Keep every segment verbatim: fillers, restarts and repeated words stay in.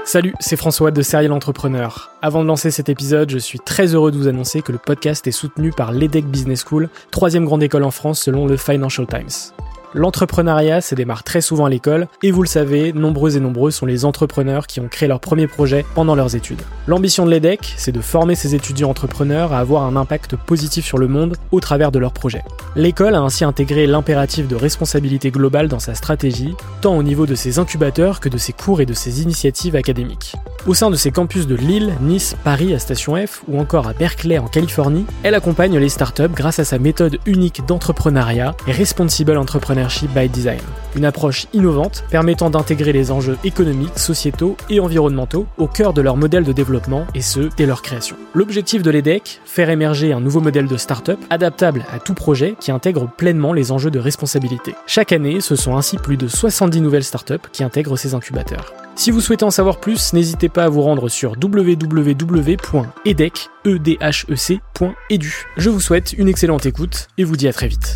Salut, c'est François de Serial Entrepreneur. Avant de lancer cet épisode, je suis très heureux de vous annoncer que le podcast est soutenu par l'EDEC Business School, troisième grande école en France selon le Financial Times. L'entrepreneuriat, ça démarre très souvent à l'école, et vous le savez, nombreux et nombreux sont les entrepreneurs qui ont créé leur premier projet pendant leurs études. L'ambition de l'EDEC, c'est de former ces étudiants entrepreneurs à avoir un impact positif sur le monde au travers de leurs projets. L'école a ainsi intégré l'impératif de responsabilité globale dans sa stratégie, tant au niveau de ses incubateurs que de ses cours et de ses initiatives académiques. Au sein de ses campus de Lille, Nice, Paris à Station F ou encore à Berkeley en Californie, elle accompagne les startups grâce à sa méthode unique d'entrepreneuriat et Responsible Entrepreneurship by Design. Une approche innovante permettant d'intégrer les enjeux économiques, sociétaux et environnementaux au cœur de leur modèle de développement et ce, dès leur création. L'objectif de l'EDEC, faire émerger un nouveau modèle de start-up adaptable à tout projet qui intègre pleinement les enjeux de responsabilité. Chaque année, ce sont ainsi plus de soixante-dix nouvelles startups qui intègrent ces incubateurs. Si vous souhaitez en savoir plus, n'hésitez pas à vous rendre sur w w w point edec point e d u. Je vous souhaite une excellente écoute et vous dis à très vite.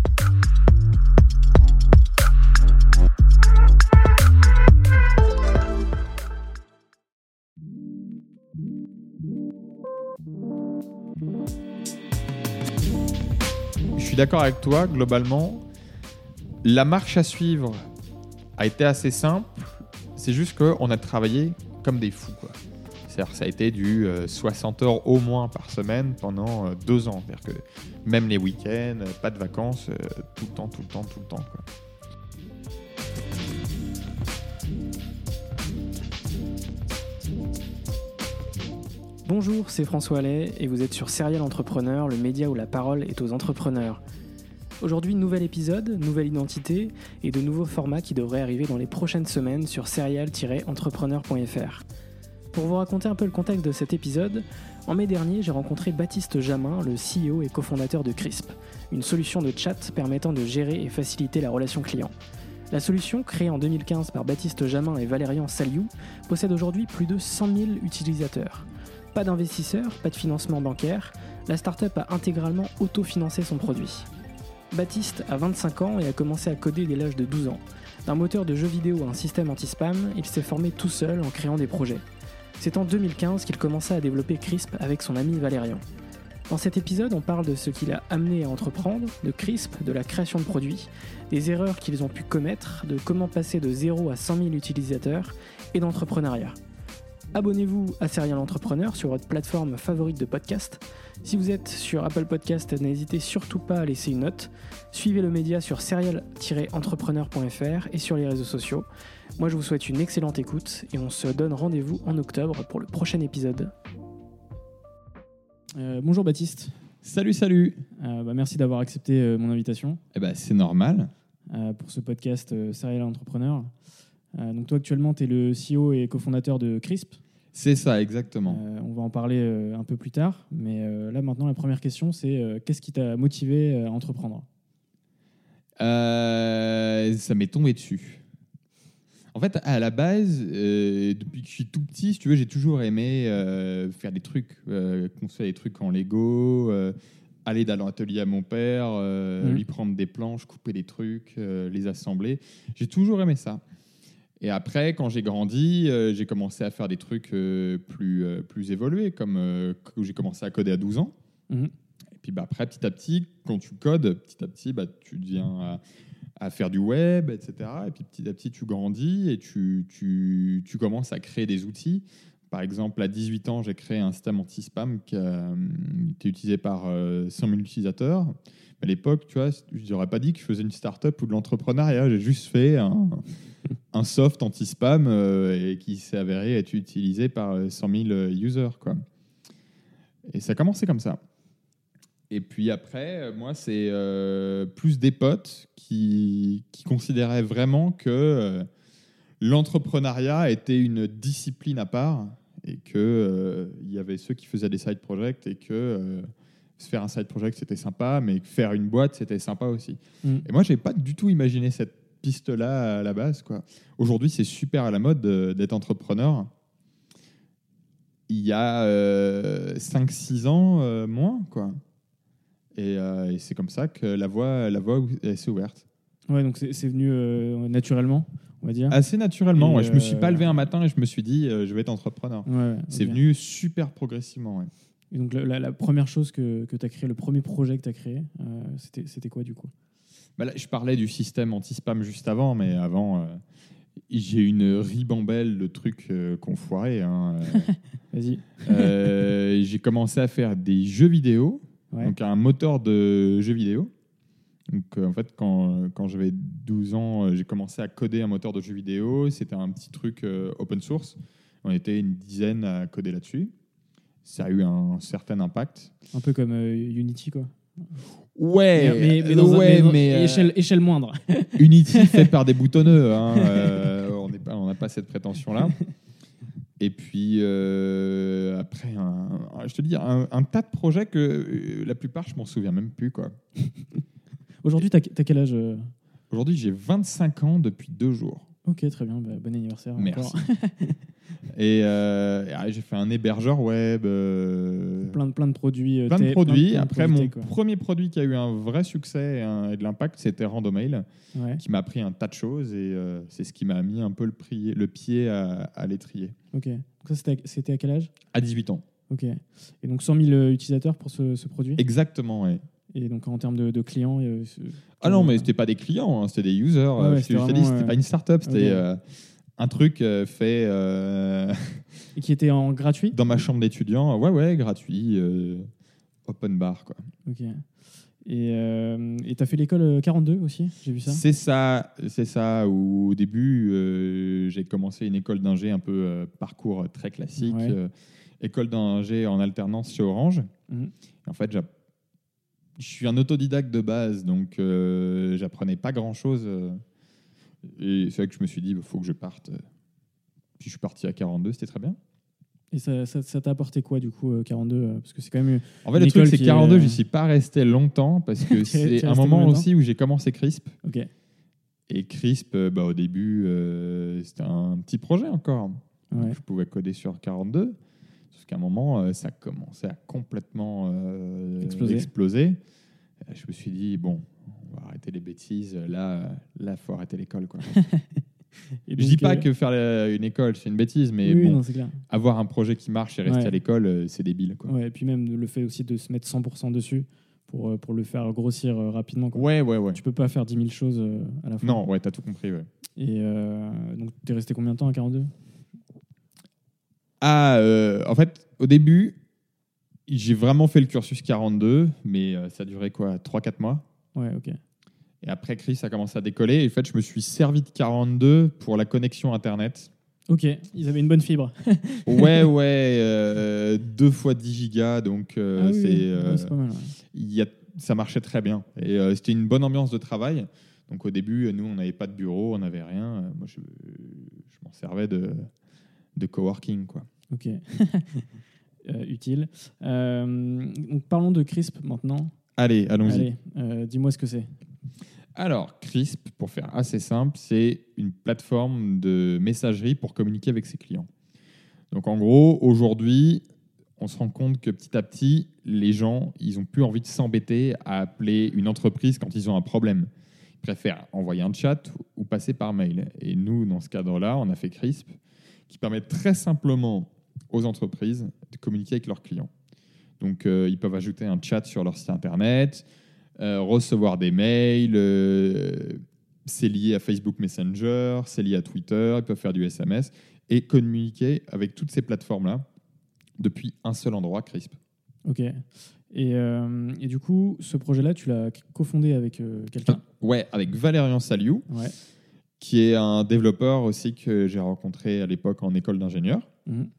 Je suis d'accord avec toi, globalement. La marche à suivre a été assez simple. C'est juste qu'on a travaillé comme des fous, quoi. C'est-à-dire que ça a été du euh, soixante heures au moins par semaine pendant euh, deux ans. C'est-à-dire que même les week-ends, pas de vacances, euh, tout le temps, tout le temps, tout le temps, quoi. Bonjour, c'est François Allais et vous êtes sur Serial Entrepreneur, le média où la parole est aux entrepreneurs. Aujourd'hui, nouvel épisode, nouvelle identité et de nouveaux formats qui devraient arriver dans les prochaines semaines sur serial tiret entrepreneur point f r. Pour vous raconter un peu le contexte de cet épisode, en mai dernier, j'ai rencontré Baptiste Jamin, le C E O et cofondateur de Crisp, une solution de chat permettant de gérer et faciliter la relation client. La solution, créée en deux mille quinze par Baptiste Jamin et Valérian Saliou, possède aujourd'hui plus de cent mille utilisateurs. Pas d'investisseurs, pas de financement bancaire, la startup a intégralement autofinancé son produit. Baptiste a vingt-cinq ans et a commencé à coder dès l'âge de douze ans. D'un moteur de jeux vidéo à un système anti-spam, il s'est formé tout seul en créant des projets. C'est en deux mille quinze qu'il commença à développer Crisp avec son ami Valérian. Dans cet épisode, on parle de ce qui l'a amené à entreprendre, de Crisp, de la création de produits, des erreurs qu'ils ont pu commettre, de comment passer de zéro à cent mille utilisateurs et d'entrepreneuriat. Abonnez-vous à Serial Entrepreneur sur votre plateforme favorite de podcast. Si vous êtes sur Apple Podcast, n'hésitez surtout pas à laisser une note. Suivez le média sur serial tiret entrepreneur point f r et sur les réseaux sociaux. Moi, je vous souhaite une excellente écoute et on se donne rendez-vous en octobre pour le prochain épisode. Euh, bonjour Baptiste. Salut, salut. Euh, bah, merci d'avoir accepté euh, mon invitation. Eh ben, c'est normal. Euh, pour ce podcast euh, Serial Entrepreneur. Euh, donc toi, actuellement, tu es le C E O et cofondateur de Crisp. C'est ça, exactement. Euh, on va en parler euh, un peu plus tard. Mais euh, là, maintenant, la première question, c'est euh, qu'est-ce qui t'a motivé à entreprendre ? euh, Ça m'est tombé dessus. En fait, à la base, euh, depuis que je suis tout petit, si tu veux, j'ai toujours aimé euh, faire des trucs, euh, construire des trucs en Lego, euh, aller dans l'atelier à mon père, euh, mmh. lui prendre des planches, couper des trucs, euh, les assembler. J'ai toujours aimé ça. Et après, quand j'ai grandi, euh, j'ai commencé à faire des trucs euh, plus, euh, plus évolués, comme euh, où j'ai commencé à coder à douze ans. Mmh. Et puis bah, après, petit à petit, quand tu codes, petit à petit, bah, tu deviens à, à faire du web, et cetera. Et puis petit à petit, tu grandis et tu, tu, tu commences à créer des outils. Par exemple, à dix-huit ans, j'ai créé un système anti-spam qui a été utilisé par euh, cent mille utilisateurs. À l'époque, tu vois, je n'aurais pas dit que je faisais une start-up ou de l'entrepreneuriat. J'ai juste fait un, un soft anti-spam euh, et qui s'est avéré être utilisé par cent mille users, quoi. Et ça a commencé comme ça. Et puis après, moi, c'est euh, plus des potes qui, qui considéraient vraiment que euh, l'entrepreneuriat était une discipline à part et qu'il euh, y avait ceux qui faisaient des side projects et que euh, faire un side project, c'était sympa, mais faire une boîte, c'était sympa aussi. Mmh. Et moi, je n'avais pas du tout imaginé cette piste-là à la base, quoi. Aujourd'hui, c'est super à la mode d'être entrepreneur. Il y a euh, cinq six ans, euh, moins, quoi. Et, euh, et c'est comme ça que la voie, la voie s'est ouverte. Ouais, donc c'est, c'est venu euh, naturellement. on va dire. Assez naturellement. Et Ouais. Je me suis euh, pas levé un matin et je me suis dit, euh, je vais être entrepreneur. Ouais, ouais, C'est ok. venu super progressivement. Ouais. Et donc, la, la- la première chose que, que tu as créé, le premier projet que tu as créé, euh, c'était, c'était quoi du coup? Bah là, je parlais du système anti-spam juste avant, mais avant, euh, j'ai une ribambelle de trucs euh, qu'on foirait. Hein. Vas-y. Euh, j'ai commencé à faire des jeux vidéo, Ouais. donc un moteur de jeux vidéo. Donc, euh, en fait, quand, quand j'avais douze ans, euh, j'ai commencé à coder un moteur de jeux vidéo. C'était un petit truc euh, open source. On était une dizaine à coder là-dessus. Ça a eu un certain impact. Un peu comme euh, Unity, quoi. Ouais, mais, mais, dans un- ouais, mais dans- mais, euh, échelle, échelle moindre. Unity fait par des boutonneux. Hein, euh, on n'est pas, on n'a pas cette prétention-là. Et puis euh, après, un, un- je te dis, un, un tas de projets que euh, la plupart, je m'en souviens même plus, quoi. Aujourd'hui, tu as quel âge euh Aujourd'hui, j'ai vingt-cinq ans depuis deux jours. Ok, très bien. Bah, bon anniversaire. Merci. Encore. Et euh, ah, j'ai fait un hébergeur web. euh, plein, de, plein de produits. euh, plein de tech, produits. plein de Après, produits mon tech, quoi. premier produit qui a eu un vrai succès et, un- et de l'impact, c'était Randomail, Ouais. qui m'a appris un tas de choses. Et euh, c'est ce qui m'a mis un peu le, pri- le pied à, à l'étrier. Ok. Donc ça, c'était à, c'était à quel âge? À dix-huit ans. Ok. Et donc cent mille utilisateurs pour ce, ce produit. Exactement, ouais. Et donc en termes de, de clients. euh, ce- Ah non, mais euh, c'était pas des clients, hein, c'était des users. Ouais, Euh, ouais, je te- c'était je t'ai dit, vraiment, c'était euh, pas une startup, c'était ok. euh, un truc euh, fait euh, Et qui était en gratuit. dans ma chambre d'étudiant. Ouais, ouais, gratuit, euh, open bar, quoi. Ok. Et euh, tu as fait l'école euh, quarante-deux aussi, j'ai vu ça. C'est ça, c'est ça. Où, au début, euh, j'ai commencé une école d'ingé un peu euh, parcours très classique, Ouais. euh, école d'ingé en alternance chez Orange. Mhm. En fait, j'a- je suis un autodidacte de base, donc euh, j'apprenais pas grand-chose. euh, et c'est vrai que je me suis dit, il faut que je parte. Puis je suis parti à quarante-deux, c'était très bien. Et ça ça- ça t'a apporté quoi du coup, euh, quarante-deux euh, Parce que c'est quand même. En fait, Une le truc, école c'est qui que quarante-deux, est, je euh, n'y suis pas resté longtemps parce que T'es- c'est t'es un resté moment combien de aussi où j'ai commencé Crisp. Ok. Et Crisp, euh, bah, au début, euh, c'était un petit projet encore. Ouais. Donc, je pouvais coder sur quarante-deux. Sauf qu'à un moment, euh, ça commençait à complètement euh, Exploser. exploser. Euh, Je me suis dit, bon, on va arrêter les bêtises. Là, il faut arrêter l'école, quoi. Et Je donc, dis pas euh, que faire la- une école, c'est une bêtise, mais oui, oui, bon, non, c'est clair. avoir un projet qui marche et rester Ouais. à l'école, euh, c'est débile, quoi. Ouais, et puis même le fait aussi de se mettre cent pour cent dessus pour, euh, pour le faire grossir euh, rapidement, quoi. Ouais, ouais, ouais. Tu peux pas faire dix mille choses euh, à la fois. Non, ouais, t'as tout compris, ouais. Et euh, donc, t'es resté combien de temps à quarante-deux? Ah, euh, en fait, au début, j'ai vraiment fait le cursus quarante-deux, mais euh, ça a duré quoi, trois quatre mois. Ouais, ok. Et après, Chris a commencé à décoller. Et en fait, je me suis servi de quarante-deux pour la connexion Internet. Ok, ils avaient une bonne fibre. Ouais, ouais, euh, deux fois dix gigas, donc euh, Ah oui, c'est, oui. euh, Ouais, c'est pas mal. Ouais. il y a, ça marchait très bien. Et euh, c'était une bonne ambiance de travail. Donc au début, nous, on n'avait pas de bureau, on n'avait rien. Euh, Moi, je, je m'en servais de, de coworking, quoi. Ok. Euh, utile. Euh, donc parlons de Crisp maintenant. Allez, allons-y. Allez, euh, dis-moi ce que c'est. Alors, Crisp, pour faire assez simple, c'est une plateforme de messagerie pour communiquer avec ses clients. Donc, en gros, aujourd'hui, on se rend compte que petit à petit, les gens, ils n'ont plus envie de s'embêter à appeler une entreprise quand ils ont un problème. Ils préfèrent envoyer un chat ou passer par mail. Et nous, dans ce cadre-là, on a fait Crisp, qui permet très simplement aux entreprises de communiquer avec leurs clients. Donc, euh, ils peuvent ajouter un chat sur leur site internet, euh, recevoir des mails, euh, c'est lié à Facebook Messenger, c'est lié à Twitter, ils peuvent faire du S M S et communiquer avec toutes ces plateformes-là depuis un seul endroit, Crisp. Ok. Et, euh, et du coup, ce projet-là, tu l'as cofondé avec euh, quelqu'un? Ouais, avec Valérian Saliou, Ouais. qui est un développeur aussi que j'ai rencontré à l'époque en école d'ingénieur. Mhm.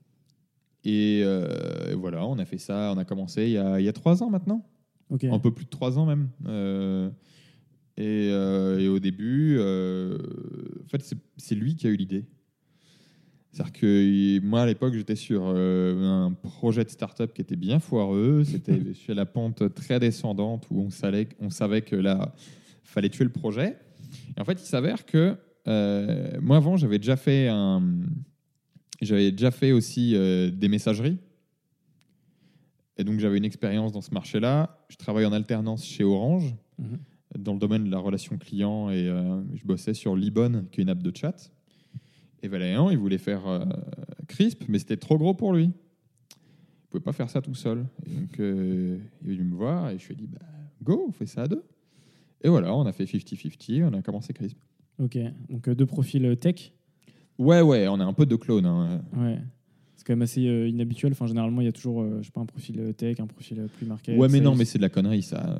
Et euh, voilà, on a fait ça, on a commencé il y a, il y a trois ans maintenant. Ok. Un peu plus de trois ans même. Euh, et, euh, et au début, euh, en fait, c'est, c'est lui qui a eu l'idée. C'est-à-dire que il- moi, à l'époque, j'étais sur euh, un projet de start-up qui était bien foireux. C'était sur la pente très descendante où on savait, on savait que là, fallait tuer le projet. Et en fait, il s'avère que euh, moi, avant, j'avais déjà fait un... J'avais déjà fait aussi euh, des messageries. Et donc, j'avais une expérience dans ce marché-là. Je travaille en alternance chez Orange. Mhm. dans le domaine de la relation client et euh, je bossais sur Libon, qui est une app de chat. Et Valérian, il voulait faire euh, Crisp, mais c'était trop gros pour lui. Il ne pouvait pas faire ça tout seul. Et donc, euh, il est venu me voir et je lui ai dit bah, go, on fait ça à deux. Et voilà, on a fait cinquante cinquante, on a commencé Crisp. Ok, donc euh, deux profils euh, tech. Ouais, ouais, on a un peu de clone. Hein. Ouais. C'est quand même assez euh, inhabituel. Enfin, généralement, il y a toujours euh, je sais pas, un profil euh, tech, un profil euh, plus market. Ouais, mais sales. non, mais c'est de la connerie, ça.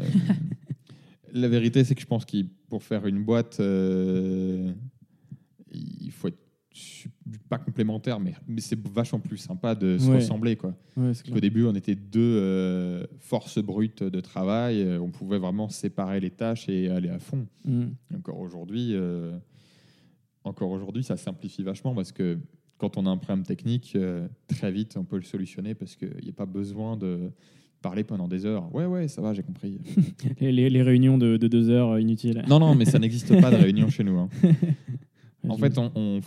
La vérité, c'est que je pense que pour faire une boîte, euh, il faut être su- pas complémentaire, mais, mais c'est vachement plus sympa de se Ouais. ressembler, quoi. Ouais, c'est Au clair. début, on était deux euh, forces brutes de travail. euh, On pouvait vraiment séparer les tâches et aller à fond. Mm. Encore aujourd'hui, euh, encore aujourd'hui, ça simplifie vachement parce que quand on a un problème technique, euh, très vite, on peut le solutionner parce qu'il n'y a pas besoin de parler pendant des heures. Ouais, ouais, ça va, j'ai compris. Les, les- les réunions de, de deux heures euh, inutiles. non, non, mais ça n'existe pas de réunion chez nous. Hein. En J'imagine. fait, on, on,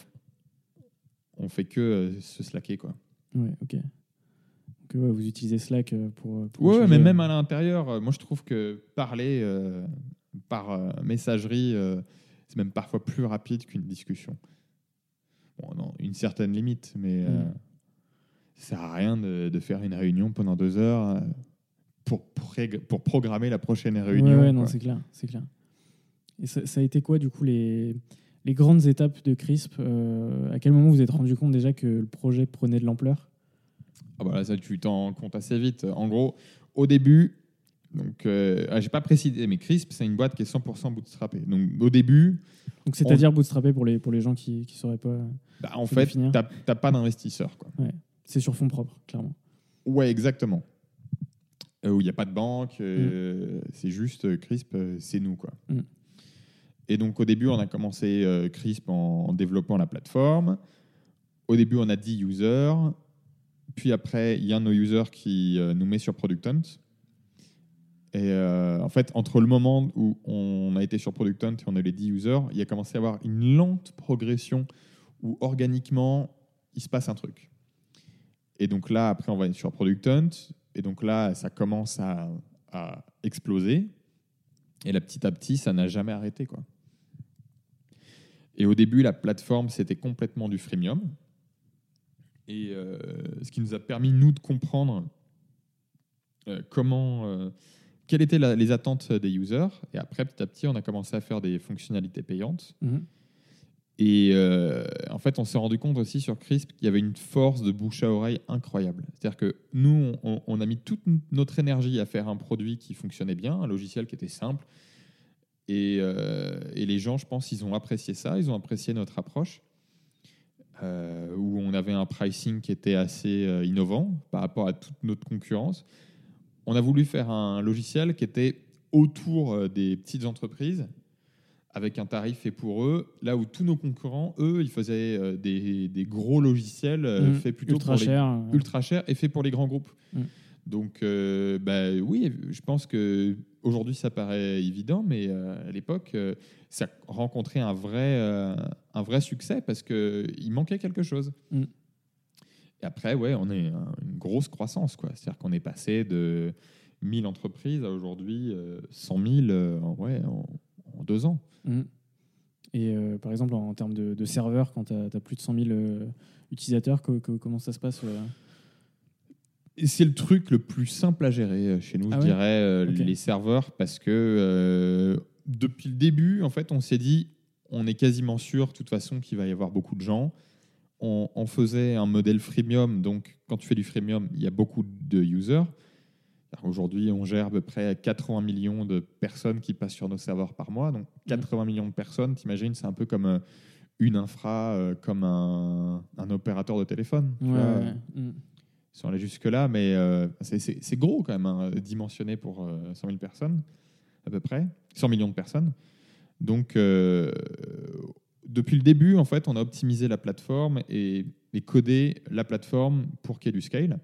on fait que euh, se slacker, quoi. Ouais, ok. Donc, ouais, vous utilisez Slack euh, pour. euh, pour Ouais, ouais, échanger, mais euh. même à l'intérieur, euh, moi je trouve que parler euh, par euh, messagerie, euh, c'est même parfois plus rapide qu'une discussion. Bon, non, une certaine limite, mais euh, Mm. ça sert à rien de, de faire une réunion pendant deux heures euh, pour, pré- pour programmer la prochaine réunion. Ouais, ouais, non, quoi. c'est clair, c'est clair. Et ça, ça a été quoi, du coup, les, les grandes étapes de Crisp euh, À quel moment vous vous êtes rendu compte déjà que le projet prenait de l'ampleur? Ah bah là, ça, tu t'en rends compte assez vite. En gros, au début, donc, euh, ah, j'ai pas précisé, mais Crisp, c'est une boîte qui est cent pour cent bootstrappée. Donc, au début, Donc, c'est-à-dire bootstrappé pour les, pour les gens qui ne sauraient pas. bah, en Faut fait, définir. t'as t'as pas d'investisseur, quoi. C'est sur fonds propres, clairement. Ouais, exactement. Euh, où il n'y a pas de banque, euh, c'est juste euh, Crisp, euh, c'est nous, quoi. Mm. Et donc, au début, on a commencé euh, Crisp en, en développant la plateforme. Au début, on a dix users. Puis après, il y a un de nos users qui euh, nous met sur Product Hunt. Et euh, en fait, entre le moment où on a été sur Product Hunt et on a les dix users, il y a commencé à avoir une lente progression où organiquement, il se passe un truc. Et donc là, après, on va être sur Product Hunt. Et donc là, ça commence à, à exploser. Et là, petit à petit, ça n'a jamais arrêté, quoi. Et au début, la plateforme, c'était complètement du freemium. Et euh, ce qui nous a permis, nous, de comprendre euh, comment, euh, quelles étaient la, les attentes des users. Et après, petit à petit, on a commencé à faire des fonctionnalités payantes. Mhm. Et euh, en fait, on s'est rendu compte aussi sur Crisp qu'il y avait une force de bouche à oreille incroyable. C'est-à-dire que nous, on, on a mis toute notre énergie à faire un produit qui fonctionnait bien, un logiciel qui était simple. Et, euh, et les gens, je pense, ils ont apprécié ça, ils ont apprécié notre approche, euh, où on avait un pricing qui était assez euh, innovant par rapport à toute notre concurrence. On a voulu faire un logiciel qui était autour euh, des petites entreprises, avec un tarif fait pour eux, là où tous nos concurrents, eux, ils faisaient euh, des, des gros logiciels euh, Mmh. faits plutôt Ultra pour les, cher. euh. ultra chers et faits pour les grands groupes. Mm. Donc, euh, bah, oui, je pense que aujourd'hui ça paraît évident, mais euh, à l'époque, euh, ça rencontrait un vrai, euh, un vrai succès parce qu'il manquait quelque chose. Mm. Et après, ouais, on est un- une grosse croissance, quoi. C'est-à-dire qu'on est passé de mille entreprises à aujourd'hui euh, cent mille euh, en- ouais, en, en deux ans. Mm. Et euh, par exemple, en, en termes de, de serveurs, quand tu as, plus de cent mille euh, utilisateurs, co- co- comment ça se passe euh Et c'est le truc le plus simple à gérer euh, chez nous, Ah je ouais dirais, euh, Ok. les serveurs, parce que euh, depuis le début, en fait, on s'est dit, on est quasiment sûr, de toute façon, qu'il va y avoir beaucoup de gens. On, on faisait un modèle freemium, donc quand tu fais du freemium, il y a beaucoup de users. Alors, aujourd'hui, on gère à peu près quatre-vingts millions de personnes qui passent sur nos serveurs par mois. Donc quatre-vingts millions de personnes, t'imagines, c'est un peu comme euh, une infra, euh, comme un, un opérateur de téléphone. tu Ouais, vois. ouais. Mm. Sans aller jusque-là, mais euh, c'est- c'est c'est gros quand même, hein, dimensionné pour euh, cent mille personnes, à peu près, cent millions de personnes. Donc, euh, depuis le début, en fait, on a optimisé la plateforme et, et codé la plateforme pour qu'il y ait du scale.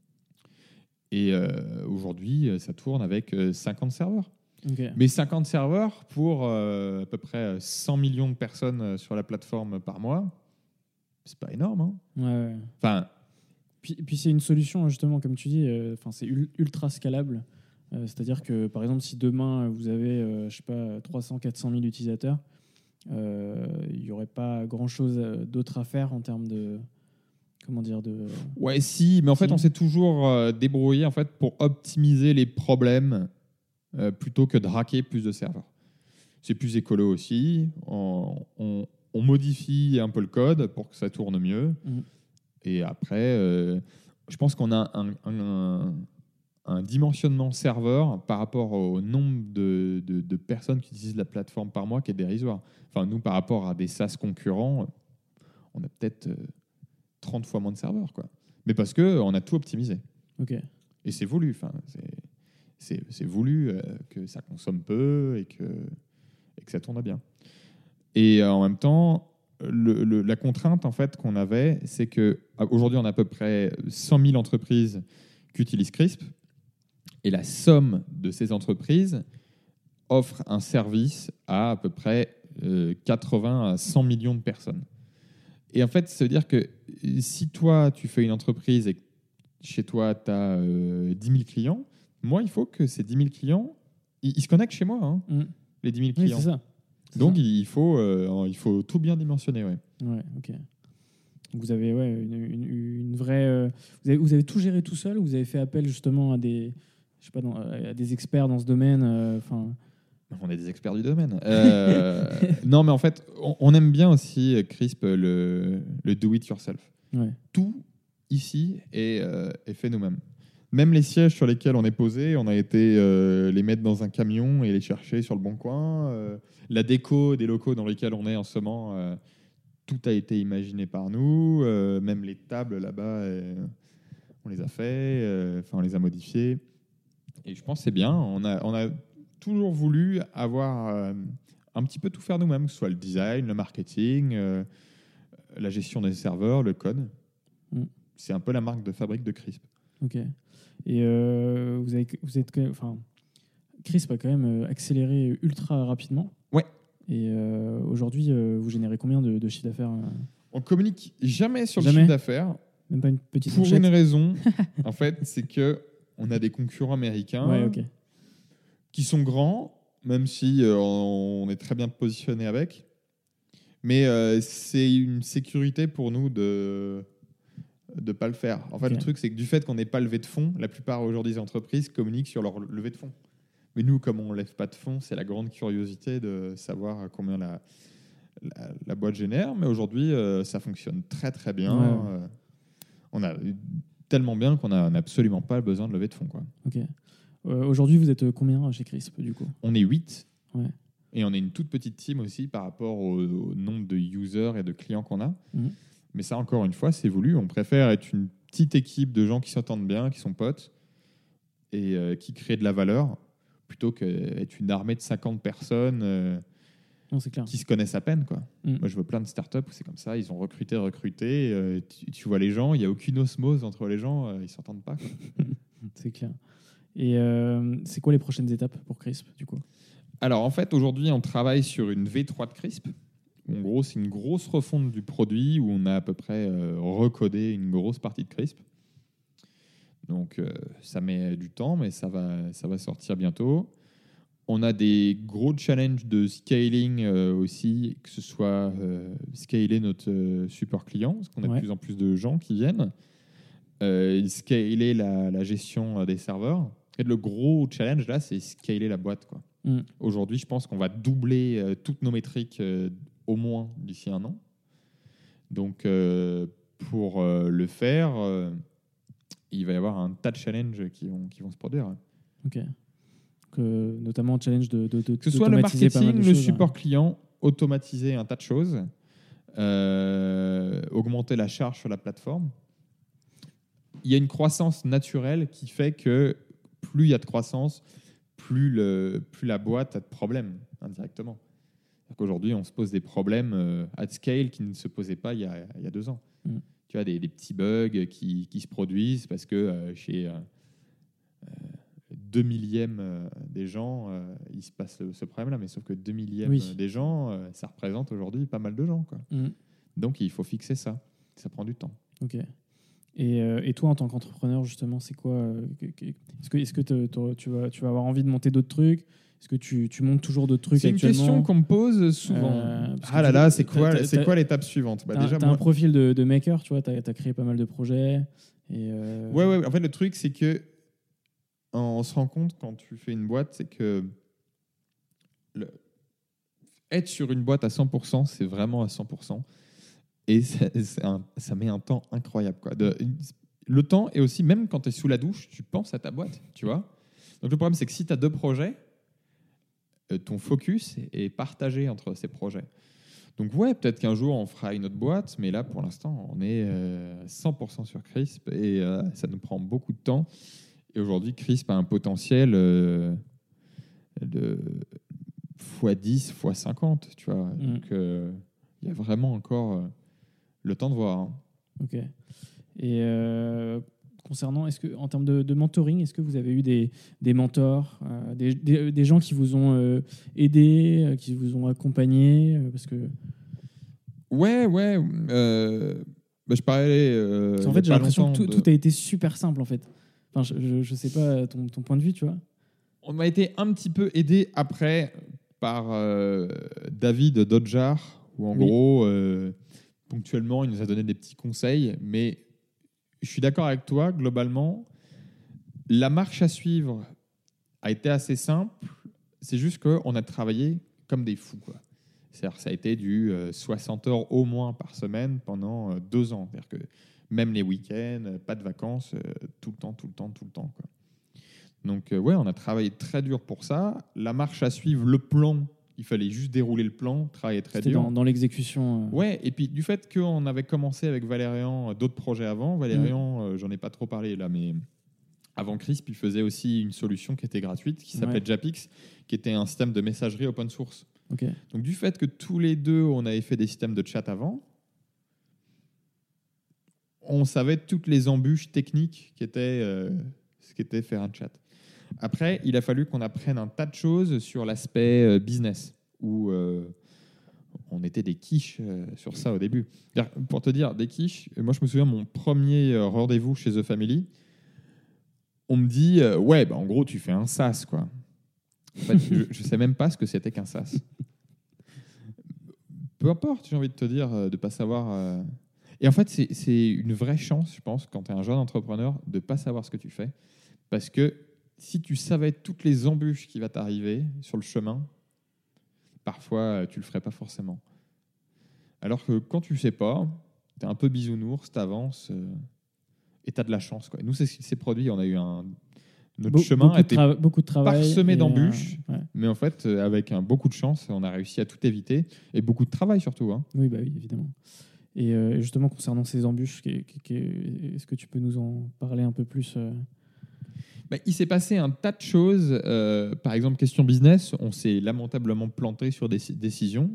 Et euh, aujourd'hui, ça tourne avec euh, cinquante serveurs. Ok. Mais cinquante serveurs pour euh, à peu près cent millions de personnes euh, sur la plateforme par mois, c'est pas énorme. Hein. Ouais, ouais. Enfin, Puis, puis c'est une solution, justement, comme tu dis, euh, 'fin, c'est ul- ultra scalable. Euh, c'est-à-dire que, par exemple, si demain, vous avez, euh, je sais pas, trois cents à quatre cent mille utilisateurs, euh, il n'y aurait pas grand-chose d'autre à faire en termes de... Comment dire de... Ouais, si, mais en fait, Si. on s'est toujours euh, débrouillé en fait, pour optimiser les problèmes euh, plutôt que de hacker plus de serveurs. C'est plus écolo aussi. On, on- on modifie un peu le code pour que ça tourne mieux. Mhm. Et après, euh, je pense qu'on a un, un- un dimensionnement serveur par rapport au nombre de, de- de personnes qui utilisent la plateforme par mois qui est dérisoire. Enfin, nous, par rapport à des SaaS concurrents, on a peut-être euh, trente fois moins de serveurs, quoi. Mais parce qu'on a tout optimisé. Ok. Et c'est voulu. Enfin, c'est, c'est, c'est voulu euh, que ça consomme peu et que, et que ça tourne bien. Et euh, en même temps, le- le- la contrainte en fait, qu'on avait, c'est qu'aujourd'hui, on a à peu près cent mille entreprises qui utilisent Crisp. Et la somme de ces entreprises offre un service à à peu près euh, quatre-vingts à cent millions de personnes. Et en fait, ça veut dire que si toi, tu fais une entreprise et que chez toi, tu as euh, dix mille clients, moi, il faut que ces dix mille clients, ils, ils se connectent chez moi, hein, Mhm. les dix mille Oui, clients. c'est ça. C'est Donc, ça. il faut, euh, il faut tout bien dimensionner. Ouais. Ouais, ok. Donc vous avez ouais, une, une, une vraie... euh, vous, avez, vous avez tout géré tout seul ou vous avez fait appel justement à des, je sais pas, dans- à des experts dans ce domaine euh, enfin, On est des experts du domaine. Euh, non, mais en fait, on, on aime bien aussi, Crisp, le, le do-it-yourself. ouais. Tout ici est, euh, est fait nous-mêmes. Même les sièges sur lesquels on est posé, on a été euh, les mettre dans un camion et les chercher sur le bon coin. Euh, la déco des locaux dans lesquels on est en ce moment, euh, tout a été imaginé par nous. Euh, même les tables là-bas, euh, on les a fait, euh, enfin on les a modifiées. Et je pense que c'est bien. On a, on a toujours voulu avoir euh, un petit peu tout faire nous-mêmes, que ce soit le design, le marketing, euh, la gestion des serveurs, le code. Mm. C'est un peu la marque de fabrique de Crisp. Ok. Et euh, vous, avez, vous êtes quand même, enfin, Crisp a quand même euh, accéléré ultra rapidement. Ouais. Et euh, aujourd'hui, euh, vous générez combien de, de chiffre d'affaires euh On communique jamais sur Jamais. le chiffre d'affaires Même pas une petite pour fourchette une raison. En fait, c'est que on a des concurrents américains Ouais, ok. qui sont grands, même si euh, on est très bien positionné avec. Mais euh, c'est une sécurité pour nous de de pas le faire. En fait, Ok. le truc, c'est que du fait qu'on n'ait pas levé de fonds, la plupart aujourd'hui des entreprises communiquent sur leur levée de fonds. Mais nous, comme on ne lève pas de fonds, c'est la grande curiosité de savoir combien la, la, la boîte génère. Mais aujourd'hui, euh, ça fonctionne très très bien. Ouais, ouais. Euh, on a tellement bien qu'on n'a absolument pas besoin de lever de fonds, quoi. Ok. Euh, aujourd'hui, vous êtes combien chez Crisp, du coup On est huit. Ouais. Et on est une toute petite team aussi par rapport au, au nombre de users et de clients qu'on a. Mhm. Mais ça, encore une fois, c'est voulu. On préfère être une petite équipe de gens qui s'entendent bien, qui sont potes et euh, qui créent de la valeur, plutôt qu'être une armée de cinquante personnes euh, Non, c'est clair. qui se connaissent à peine, quoi. Mhm. Moi, je vois plein de startups où c'est comme ça. Ils ont recruté, recruté. euh, tu, tu vois les gens, il n'y a aucune osmose entre les gens. euh, ils ne s'entendent pas, quoi. C'est clair. Et euh, c'est quoi les prochaines étapes pour Crisp, du coup Alors, en fait, aujourd'hui, on travaille sur une V trois de Crisp. En gros, c'est une grosse refonte du produit où on a à peu près euh, recodé une grosse partie de Crisp. Donc, euh, ça met du temps, mais ça va, ça va sortir bientôt. On a des gros challenges de scaling euh, aussi, que ce soit euh, scaler notre euh, support client, parce qu'on a Ouais. de plus en plus de gens qui viennent, euh, scaler la, la gestion euh, des serveurs. Et le gros challenge, là, c'est scaler la boîte, quoi. Mm. Aujourd'hui, je pense qu'on va doubler euh, toutes nos métriques euh, au moins d'ici un an. Donc, euh, pour euh, le faire, euh, il va y avoir un tas de challenges qui vont, qui vont se produire. Ok. Que, notamment challenge de, de, de Que ce soit le d'automatiser pas mal marketing, de le choses, support hein. client, automatiser un tas de choses, euh, augmenter la charge sur la plateforme. Il y a une croissance naturelle qui fait que plus il y a de croissance, plus, le, plus la boîte a de problèmes indirectement. Aujourd'hui, on se pose des problèmes euh, at scale qui ne se posaient pas il y a, il y a deux ans. Mm. Tu vois, des, des petits bugs qui, qui se produisent parce que euh, chez euh, euh, deux millièmes euh, des gens, euh, il se passe ce, ce problème-là. Mais sauf que deux millièmes Oui. des gens, euh, ça représente aujourd'hui pas mal de gens, quoi. Mm. Donc, il faut fixer ça. Ça prend du temps. Ok. Et, euh, et toi, en tant qu'entrepreneur, justement, c'est quoi euh, Est-ce que, est-ce que te, te, tu, vas, tu vas avoir envie de monter d'autres trucs? Est-ce que tu, tu montes toujours d'autres trucs C'est une actuellement? question qu'on me pose souvent. Euh, ah là là, c'est t'as- quoi, t'as- c'est t'as- quoi l'étape suivante? Bah, T'as déjà, t'as moi... un profil de, de maker, tu vois, tu as créé pas mal de projets. Et euh... Ouais, ouais, en fait, le truc, c'est que on se rend compte quand tu fais une boîte, c'est que le... être sur une boîte à cent pour cent, c'est vraiment à cent pour cent. Et ça, un, ça met un temps incroyable, quoi. De, le temps, et aussi, même quand tu es sous la douche, tu penses à ta boîte, tu vois. Donc, le problème, c'est que si tu as deux projets, euh, ton focus est partagé entre ces projets. Donc, ouais, peut-être qu'un jour, on fera une autre boîte, mais là, pour l'instant, on est euh, cent pour cent sur Crisp et euh, ça nous prend beaucoup de temps. Et aujourd'hui, Crisp a un potentiel euh, de fois dix, fois cinquante, tu vois. Mmh. Donc, il euh, y a vraiment encore euh, le temps de voir. Hein. Ok. Et euh, concernant, est-ce que, en termes de, de mentoring, est-ce que vous avez eu des, des mentors, euh, des, des, des gens qui vous ont euh, aidé, euh, qui vous ont accompagné euh, parce que... Ouais, ouais. Euh, bah, je parlais. Euh, Parce qu'en fait, j'ai l'impression que tout, de... tout a été super simple, en fait. Enfin, je, je sais pas ton, ton point de vue, tu vois. On m'a été un petit peu aidé après par euh, David Dodjar, où en Oui. gros, euh, ponctuellement, il nous a donné des petits conseils. Mais je suis d'accord avec toi, globalement, la marche à suivre a été assez simple. C'est juste qu'on a travaillé comme des fous, quoi. C'est-à-dire que ça a été du euh, soixante heures au moins par semaine pendant euh, deux ans. C'est-à-dire que même les week-ends, pas de vacances, euh, tout le temps, tout le temps, tout le temps, quoi. Donc, euh, ouais, on a travaillé très dur pour ça. La marche à suivre, le plan, il fallait juste dérouler le plan, travailler très C'était dur. dans, dans l'exécution. Euh... Ouais, et puis du fait qu'on avait commencé avec Valérian euh, d'autres projets avant, Valérian, mmh. euh, j'en ai pas trop parlé là, mais avant Crisp, il faisait aussi une solution qui était gratuite, qui s'appelait ouais. Japix, qui était un système de messagerie open source. Okay. Donc, du fait que tous les deux, on avait fait des systèmes de chat avant, on savait toutes les embûches techniques qu'était euh, ce qu'était faire un chat. Après, il a fallu qu'on apprenne un tas de choses sur l'aspect euh, business, où euh, on était des quiches euh, sur ça au début. Pour te dire, des quiches, moi je me souviens, mon premier rendez-vous chez The Family, on me dit, euh, ouais, bah, en gros, tu fais un SaaS, quoi. En fait, je ne sais même pas ce que c'était qu'un SaaS. Peu importe, j'ai envie de te dire, de ne pas savoir... Euh... Et en fait, c'est, c'est une vraie chance, je pense, quand tu es un jeune entrepreneur, de ne pas savoir ce que tu fais. Parce que si tu savais toutes les embûches qui vont t'arriver sur le chemin, parfois, tu ne le ferais pas forcément. Alors que quand tu ne sais pas, tu es un peu bisounours, tu avances euh, et tu as de la chance, quoi. Et nous, c'est ce qui s'est produit. On a eu un... Notre Be- chemin a été tra- beaucoup de travail parsemé d'embûches, euh, ouais. mais en fait, euh, avec un, beaucoup de chance, on a réussi à tout éviter. Et beaucoup de travail, surtout. Hein. Oui, bah oui, évidemment. Et euh, justement, concernant ces embûches, qu'est, qu'est, est-ce que tu peux nous en parler un peu plus euh... bah, il s'est passé un tas de choses. Euh, par exemple, question business, on s'est lamentablement planté sur des décisions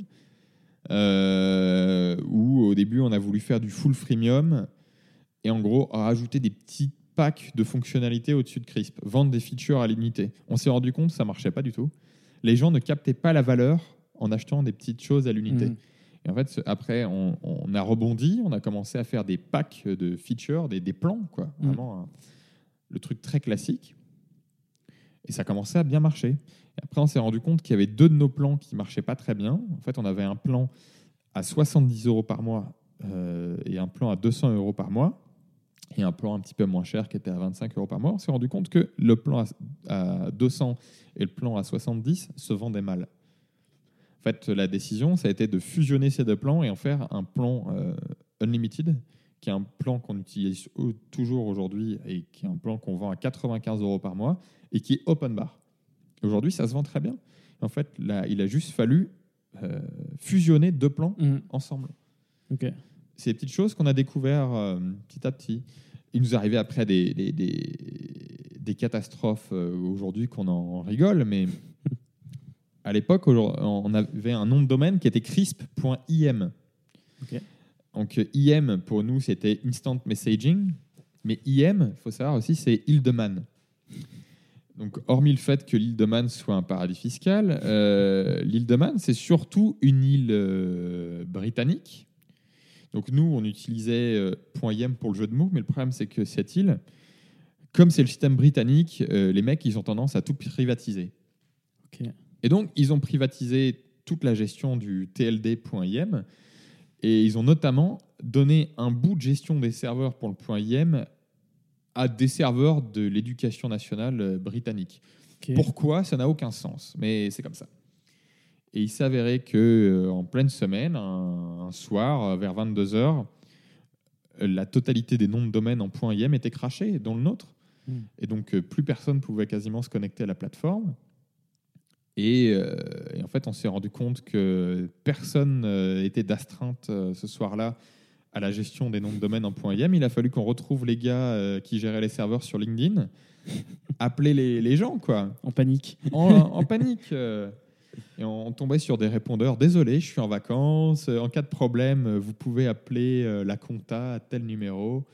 euh, où, au début, on a voulu faire du full freemium et en gros, rajouter des petits packs de fonctionnalités au-dessus de Crisp, vendre des features à l'unité. On s'est rendu compte que ça ne marchait pas du tout. Les gens ne captaient pas la valeur en achetant des petites choses à l'unité. Mmh. Et en fait, après, on, on a rebondi, on a commencé à faire des packs de features, des, des plans, quoi. Mmh. Vraiment, hein, le truc très classique. Et ça commençait à bien marcher. Et après, on s'est rendu compte qu'il y avait deux de nos plans qui ne marchaient pas très bien. En fait, on avait un plan à soixante-dix euros par mois euh, et un plan à deux cents euros par mois. Et un plan un petit peu moins cher qui était à vingt-cinq euros par mois. On s'est rendu compte que le plan à deux cents et le plan à soixante-dix se vendaient mal. En fait, la décision, ça a été de fusionner ces deux plans et en faire un plan euh, unlimited, qui est un plan qu'on utilise toujours aujourd'hui et qui est un plan qu'on vend à quatre-vingt-quinze euros par mois et qui est open bar. Aujourd'hui, ça se vend très bien. En fait, là, il a juste fallu euh, fusionner deux plans mmh. ensemble. Ok. C'est des petites choses qu'on a découvert euh, petit à petit. Il nous arrivait après des, des, des, des catastrophes euh, aujourd'hui qu'on en rigole, mais à l'époque, on avait un nom de domaine qui était crisp point i m. Okay. Donc I M, pour nous, c'était Instant Messaging, mais I M, il faut savoir aussi, c'est île de Man. Donc, hormis le fait que l'île de Man soit un paradis fiscal, euh, l'île de Man, c'est surtout une île euh, britannique Donc nous, on utilisait euh, .im pour le jeu de mots, mais le problème, c'est que Seattle, comme c'est le système britannique, euh, les mecs, ils ont tendance à tout privatiser. Ok. Et donc, ils ont privatisé toute la gestion du T L D.im et ils ont notamment donné un bout de gestion des serveurs pour le .im à des serveurs de l'éducation nationale euh, britannique. Ok. Pourquoi ? Ça n'a aucun sens, mais c'est comme ça. Et il s'avérait que euh, en pleine semaine, un, un soir, euh, vers vingt-deux heures, euh, la totalité des noms de domaine en .im étaient crashés, dont le nôtre. Mm. Et donc, euh, plus personne pouvait quasiment se connecter à la plateforme. Et, euh, et en fait, on s'est rendu compte que personne euh, était d'astreinte euh, ce soir-là à la gestion des noms de domaine en .im. Il a fallu qu'on retrouve les gars euh, qui géraient les serveurs sur LinkedIn, appeler les, les gens, quoi, En panique. en, en panique. euh. Et on tombait sur des répondeurs. Désolé, je suis en vacances. En cas de problème, vous pouvez appeler euh, la compta à tel numéro.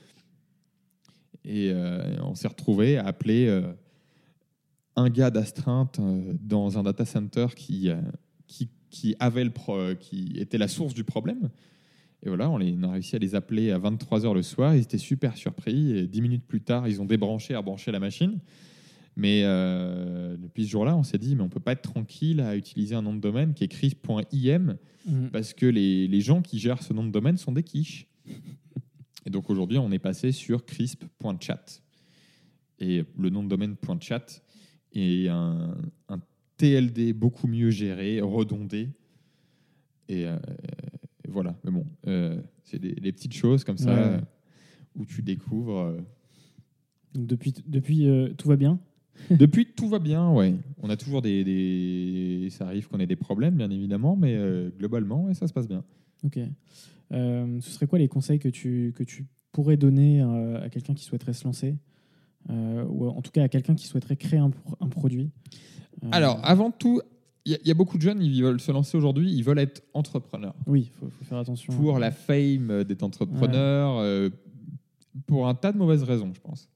Et euh, on s'est retrouvé à appeler euh, un gars d'astreinte euh, dans un data center qui, euh, qui, qui, avait le pro- qui était la source du problème. Et voilà, on, les, on a réussi à les appeler à vingt-trois heures le soir. Ils étaient super surpris. Et dix minutes plus tard, ils ont débranché, rebranché la machine. Mais euh, depuis ce jour-là, on s'est dit, mais on ne peut pas être tranquille à utiliser un nom de domaine qui est crisp.im Mm. parce que les, les gens qui gèrent ce nom de domaine sont des quiches. Et donc aujourd'hui, on est passé sur crisp.chat. Et le nom de domaine .chat est un, un T L D beaucoup mieux géré, redondé. Et, euh, et voilà. Mais bon, euh, c'est des, des petites choses comme ça Ouais. euh, où tu découvres. euh, Donc depuis, depuis euh, tout va bien. Depuis, tout va bien, ouais. On a toujours des, des... Ça arrive qu'on ait des problèmes, bien évidemment, mais euh, globalement, ouais, ça se passe bien. Ok. Euh, ce serait quoi les conseils que tu, que tu pourrais donner euh, à quelqu'un qui souhaiterait se lancer euh, ou en tout cas à quelqu'un qui souhaiterait créer un, pro- un produit Euh, Alors, avant tout, il y, y a beaucoup de jeunes, ils veulent se lancer aujourd'hui, ils veulent être entrepreneurs. Oui, il faut, faut faire attention. Pour la fame d'être entrepreneur, euh, pour un tas de mauvaises raisons, je pense.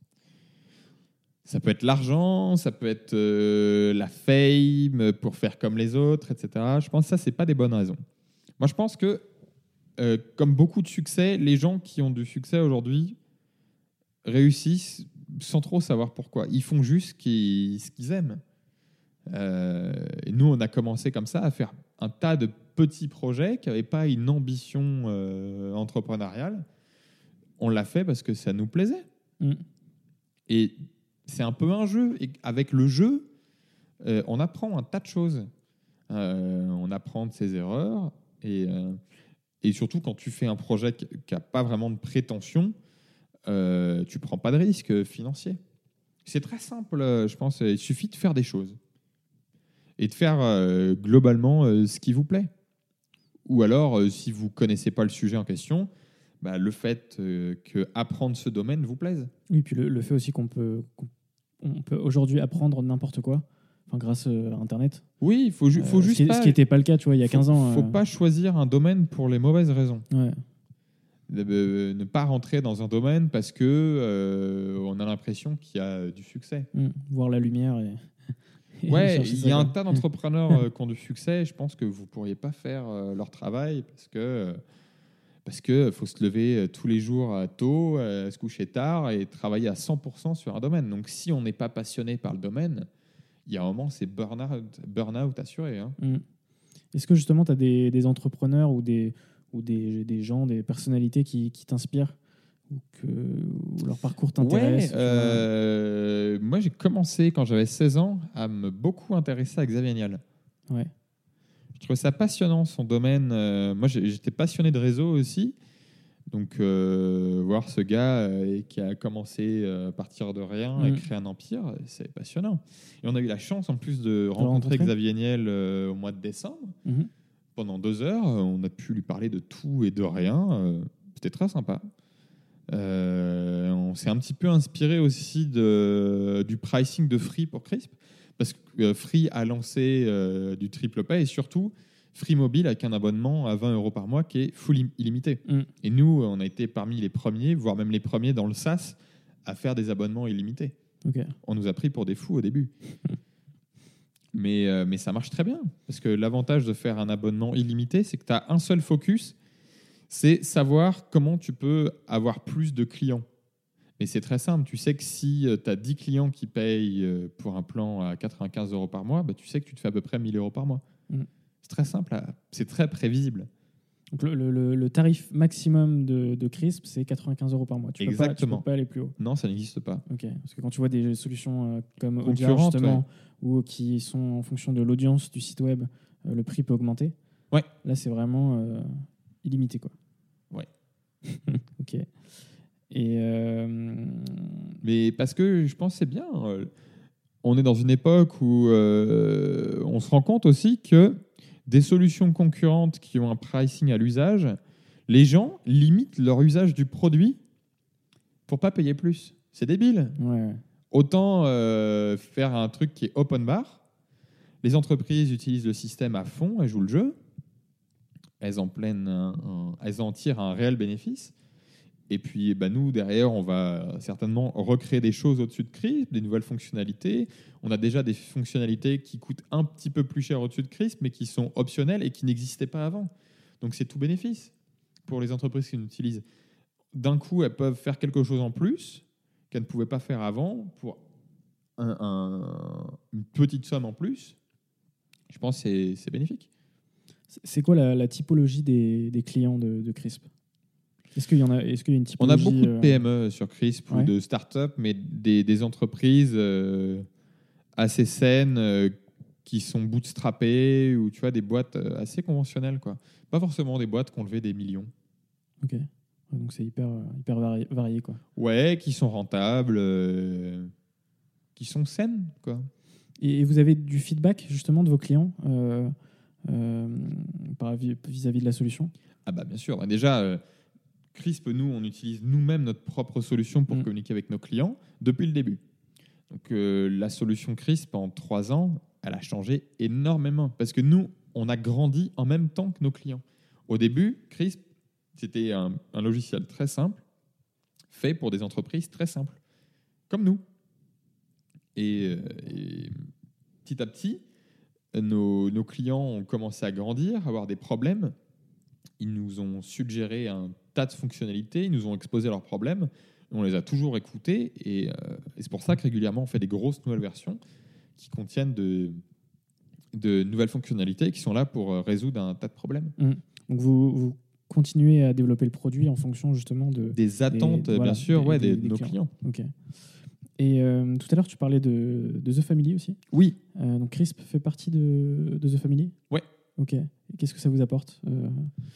Ça peut être l'argent, ça peut être euh, la fame pour faire comme les autres, et cetera. Je pense que ça, c'est pas des bonnes raisons. Moi, je pense que, euh, comme beaucoup de succès, les gens qui ont du succès aujourd'hui réussissent sans trop savoir pourquoi. Ils font juste ce qu'ils, ce qu'ils aiment. Euh, et nous, on a commencé comme ça à faire un tas de petits projets qui n'avaient pas une ambition euh, entrepreneuriale. On l'a fait parce que ça nous plaisait. Mm. Et c'est un peu un jeu. Et avec le jeu, euh, on apprend un tas de choses. Euh, on apprend de ses erreurs. Et, euh, et surtout, quand tu fais un projet qui n'a pas vraiment de prétention, euh, tu ne prends pas de risque financier. C'est très simple, je pense. Il suffit de faire des choses. Et de faire euh, globalement euh, ce qui vous plaît. Ou alors, euh, si vous ne connaissez pas le sujet en question, bah, le fait euh, que apprendre ce domaine vous plaise. Oui, puis le, le fait aussi qu'on peut, qu'on on peut aujourd'hui apprendre n'importe quoi, enfin, grâce euh, à Internet. Oui, il faut, ju- faut Euh, juste ce qui, pas... ce qui n'était pas le cas, tu vois, il y a faut- quinze ans. faut euh, pas choisir un domaine pour les mauvaises raisons. Ouais. De- de- ne pas rentrer dans un domaine parce que euh, on a l'impression qu'il y a du succès. Mm. Voir la lumière et. et Ouais, chercher il ça, y a un quoi. tas d'entrepreneurs euh, qui ont du succès. Je pense que vous pourriez pas faire euh, leur travail parce que euh, parce que faut se lever euh, tous les jours euh, tôt, euh, se coucher tard et travailler à cent pour cent sur un domaine. Donc, si on n'est pas passionné par le domaine, il y a un moment, c'est burn-out, burn-out assuré. Hein. Mm. Est-ce que justement, tu as des, des entrepreneurs ou, des, ou des, des gens, des personnalités qui, qui t'inspirent ou que ou leur parcours t'intéresse Ouais, tu vois euh, moi, j'ai commencé quand j'avais seize ans à me beaucoup intéresser à Xavier Niel. Ouais. Je trouvais ça passionnant, son domaine. Euh, moi, j'ai- j'étais passionné de réseau aussi. Donc, euh, voir ce gars euh, qui a commencé euh, à partir de rien et Mm. créer un empire, c'est passionnant. Et on a eu la chance, en plus, de rencontrer rencontrer Xavier Niel euh, au mois de décembre. Mhm. Pendant deux heures, euh, on a pu lui parler de tout et de rien. Euh, C'était très sympa. Euh, on s'est un petit peu inspiré aussi de, du pricing de Free pour Crisp, parce que euh, Free a lancé euh, du triple pay et surtout Free Mobile avec un abonnement à vingt euros par mois qui est full im- illimité. Mm. Et nous, on a été parmi les premiers, voire même les premiers dans le SaaS, à faire des abonnements illimités. Ok. On nous a pris pour des fous au début. mais, euh, mais ça marche très bien, parce que l'avantage de faire un abonnement illimité, c'est que tu as un seul focus, C'est savoir comment tu peux avoir plus de clients. Mais c'est très simple. Tu sais que si tu as dix clients qui payent euh, pour un plan à quatre-vingt-quinze euros par mois, bah, tu sais que tu te fais à peu près mille euros par mois. Mm. C'est très simple. à- C'est très prévisible. Donc le, le- le tarif maximum de, de Crisp, c'est quatre-vingt-quinze euros par mois. Tu peux pas, tu Exactement. peux pas aller plus haut. Non, ça n'existe pas. Ok. Parce que quand tu vois des solutions euh, comme Odia, Concurrentes, justement, ou qui sont en fonction de l'audience du site web, euh, le prix peut augmenter. Ouais. Là, c'est vraiment euh, illimité, quoi. Ouais. Ok. Et euh, Mais parce que je pense que c'est bien. euh, On est dans une époque où euh, on se rend compte aussi que des solutions concurrentes qui ont un pricing à l'usage, les gens limitent leur usage du produit pour pas payer plus. C'est débile. ouais, ouais. Autant euh, faire un truc qui est open bar. Les entreprises utilisent le système à fond, elles jouent le jeu. Elles en, prennent un- un- elles en tirent un réel bénéfice. Et puis, bah, nous, derrière, on va certainement recréer des choses au-dessus de Crisp, des nouvelles fonctionnalités. On a déjà des fonctionnalités qui coûtent un petit peu plus cher au-dessus de Crisp, mais qui sont optionnelles et qui n'existaient pas avant. Donc, c'est tout bénéfice pour les entreprises qui l'utilisent. D'un coup, elles peuvent faire quelque chose en plus qu'elles ne pouvaient pas faire avant pour un- un- une petite somme en plus. Je pense que c'est, c'est bénéfique. C'est- C'est quoi la, la typologie des, des clients de, de Crisp? Est-ce qu'il y en a, est-ce qu'il y a une On a typologie beaucoup de euh, P M E sur Crisp ouais. ou de start-up, mais des, des entreprises euh, assez saines euh, qui sont bootstrappées ou tu vois, des boîtes euh, assez conventionnelles, quoi. Pas forcément des boîtes qui ont levé des millions. Ok. Ouais, donc c'est hyper, euh, hyper varié, varié, quoi. Ouais, qui sont rentables, euh, qui sont saines, quoi. Et, et vous avez du feedback justement de vos clients euh, euh, par- vis-à-vis de la solution? Ah bah bien sûr. Déjà, euh, Crisp, nous, on utilise nous-mêmes notre propre solution pour Mm. communiquer avec nos clients depuis le début. Donc euh, la solution Crisp, en trois ans, elle a changé énormément. Parce que nous, on a grandi en même temps que nos clients. Au début, Crisp, c'était un, un logiciel très simple, fait pour des entreprises très simples, comme nous. Et, euh, et petit à petit, nos, nos clients ont commencé à grandir, à avoir des problèmes. Ils nous ont suggéré un tas de fonctionnalités, ils nous ont exposé leurs problèmes, on les a toujours écoutés, et, euh, et c'est pour ça que régulièrement on fait des grosses nouvelles versions qui contiennent de, de nouvelles fonctionnalités qui sont là pour euh, résoudre un tas de problèmes. Mm. Donc vous, vous continuez à développer le produit en fonction justement de, Des attentes, des- voilà, bien sûr, des- ouais, des- des- des de nos clients. clients. Ok. Et euh, tout à l'heure, tu parlais de, de The Family aussi. Oui, Euh, donc Crisp fait partie de, de The Family. Ouais. Ok. Et qu'est-ce que ça vous apporte euh,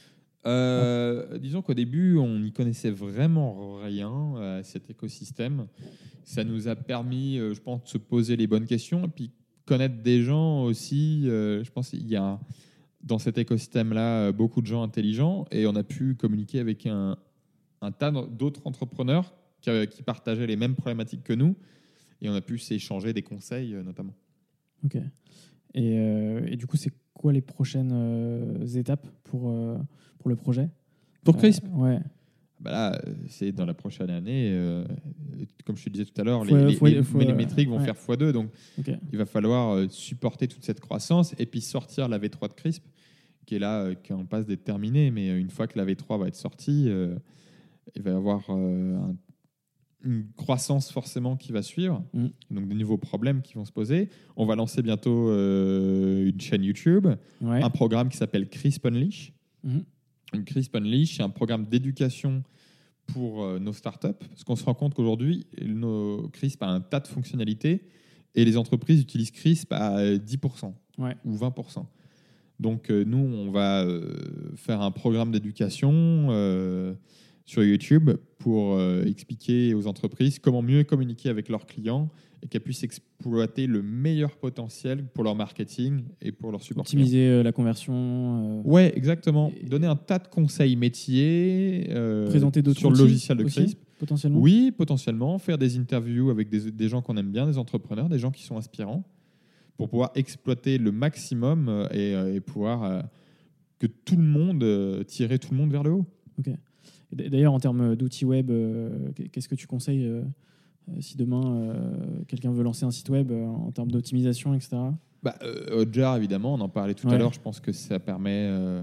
Euh, disons qu'au début, on n'y connaissait vraiment rien à cet écosystème. Ça nous a permis, euh, je pense, de se poser les bonnes questions et puis connaître des gens aussi. euh, je pense qu'il y a dans cet écosystème-là euh, beaucoup de gens intelligents et on a pu communiquer avec un, un tas d'autres entrepreneurs qui, euh, qui partageaient les mêmes problématiques que nous et on a pu s'échanger des conseils euh, notamment. Ok. Et, euh, et du coup, c'est quoi les prochaines euh, étapes pour, euh, pour le projet? Pour Crisp, Euh, Ouais. bah là, euh, c'est dans la prochaine année. euh, comme je te disais tout à l'heure, les, Fois- les- fois- les- fois- mais les métriques vont ouais. faire fois deux. Donc, Ok. il va falloir euh, supporter toute cette croissance et puis sortir la V trois de Crisp, qui est là, euh, qui est en passe d'être terminée. Mais euh, une fois que la V trois va être sortie, euh, il va y avoir euh, un- une croissance forcément qui va suivre. Mm. Donc, des nouveaux problèmes qui vont se poser. On va lancer bientôt euh, une chaîne YouTube, Ouais. un programme qui s'appelle Crisp Unleash. Mhm. Une Crisp Unleash, c'est un programme d'éducation pour euh, nos startups, parce qu'on se rend compte qu'aujourd'hui, nos Crisp a un tas de fonctionnalités et les entreprises utilisent Crisp à dix pour cent Ouais. ou vingt pour cent. Donc euh, nous, on va euh, faire un programme d'éducation euh, sur YouTube pour euh, expliquer aux entreprises comment mieux communiquer avec leurs clients et qu'elles puissent exploiter le meilleur potentiel pour leur marketing et pour leur support client. Optimiser euh, la conversion. euh, Ouais, exactement. Et- Donner un tas de conseils métiers euh, Présenter d'autres sur le outils logiciel de aussi, Crisp. potentiellement. Oui, potentiellement. Faire des interviews avec des, des gens qu'on aime bien, des entrepreneurs, des gens qui sont inspirants, pour pouvoir exploiter le maximum euh, et, euh, et pouvoir euh, que tout le monde, euh, tirer tout le monde vers le haut. Ok. Et d- D'ailleurs, en termes d'outils web, euh, qu'est-ce que tu conseilles euh, euh, si demain euh, quelqu'un veut lancer un site web euh, en termes d'optimisation, et cetera? Bah, euh, Hotjar, évidemment, on en parlait tout à Ouais. l'heure. Je pense que ça permet euh,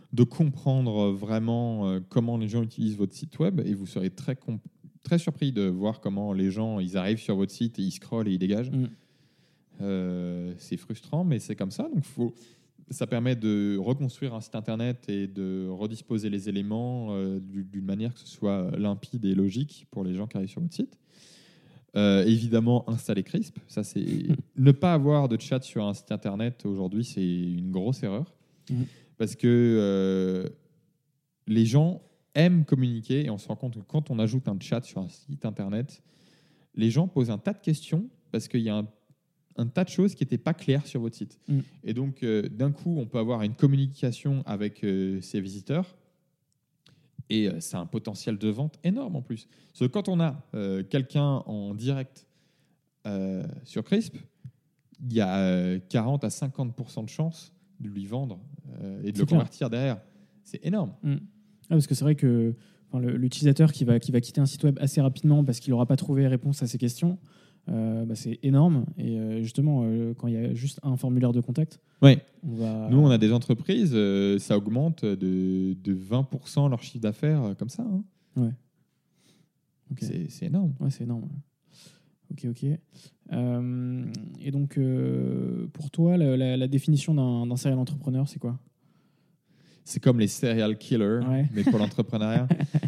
de comprendre vraiment euh, comment les gens utilisent votre site web et vous serez très, comp- très surpris de voir comment les gens ils arrivent sur votre site et ils scrollent et ils dégagent. Mm. Euh, c'est frustrant, mais c'est comme ça. Donc faut, ça permet de reconstruire un site internet et de redisposer les éléments euh, d'une manière que ce soit limpide et logique pour les gens qui arrivent sur votre site. Euh, évidemment, installer Crisp. Ça, c'est ne pas avoir de chat sur un site internet aujourd'hui, c'est une grosse erreur Mm. parce que euh, les gens aiment communiquer et on se rend compte que quand on ajoute un chat sur un site internet, les gens posent un tas de questions parce qu'il y a un, un tas de choses qui n'étaient pas claires sur votre site. Mm. Et donc, euh, d'un coup, on peut avoir une communication avec euh, ses visiteurs. Et euh, c'est un potentiel de vente énorme en plus. Parce que quand on a euh, quelqu'un en direct euh, sur Crisp, il y a euh, quarante à cinquante pour cent de chances de lui vendre euh, et de C'est le clair. convertir derrière. C'est énorme. Mm. Ah, parce que c'est vrai que enfin, le- l'utilisateur qui va, qui va quitter un site web assez rapidement parce qu'il n'aura pas trouvé réponse à ses questions, euh, bah, c'est énorme. Et euh, justement, euh, quand il y a juste un formulaire de contact, Ouais. on va. Nous, on a des entreprises, euh, ça augmente de, de vingt pour cent leur chiffre d'affaires euh, comme ça. hein. Ouais. Ok. C'est, c'est énorme. Ouais, c'est énorme. Ok, ok. Euh, et donc, euh, pour toi, la, la- la définition d'un d'un serial entrepreneur, c'est quoi? C'est comme les serial killers, Ouais. mais pour l'entrepreneuriat.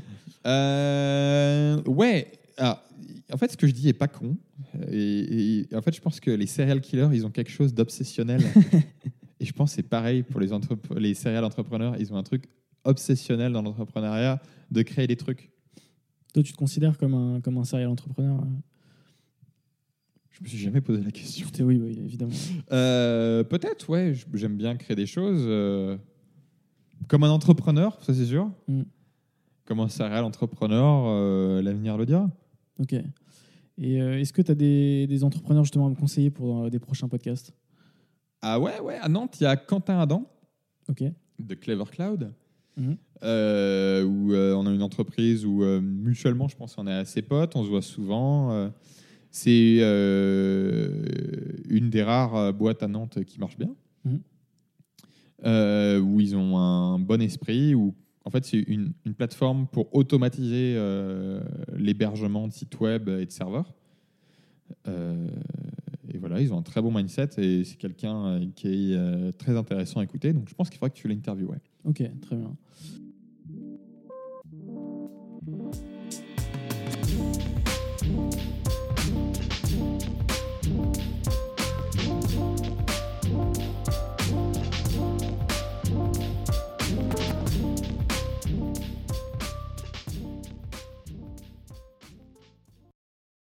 Euh, ouais. Alors, en fait, ce que je dis est pas con. Et, et en fait, je pense que les serial killers, ils ont quelque chose d'obsessionnel. Et je pense que c'est pareil pour les, entrep- les serial entrepreneurs. Ils ont un truc obsessionnel dans l'entrepreneuriat de créer des trucs. Toi, tu te considères comme un, comme un serial entrepreneur? euh Je me suis jamais posé la question. C'était- Oui, oui, évidemment. Euh, peut-être, ouais. j- J'aime bien créer des choses. euh, comme un entrepreneur, ça c'est sûr. Mm. Comme un serial entrepreneur, euh, l'avenir le dira. Ok. Et euh, est-ce que tu as des, des entrepreneurs justement à me conseiller pour euh, des prochains podcasts? Ah ouais, ouais. À Nantes, il y a Quentin Adam Ok. de Clever Cloud. Mhm. Euh, où euh, on a une entreprise où euh, mutuellement, je pense qu'on est assez potes, on se voit souvent. euh, c'est euh, une des rares euh, boîtes à Nantes qui marche bien, Mhm. euh, où ils ont un bon esprit, où en fait c'est une, une plateforme pour automatiser euh, l'hébergement de sites web et de serveurs. Euh, et voilà, ils ont un très bon mindset et c'est quelqu'un euh, qui est euh, très intéressant à écouter. Donc je pense qu'il faudrait que tu l'interviewes. Ouais. Ok, très bien.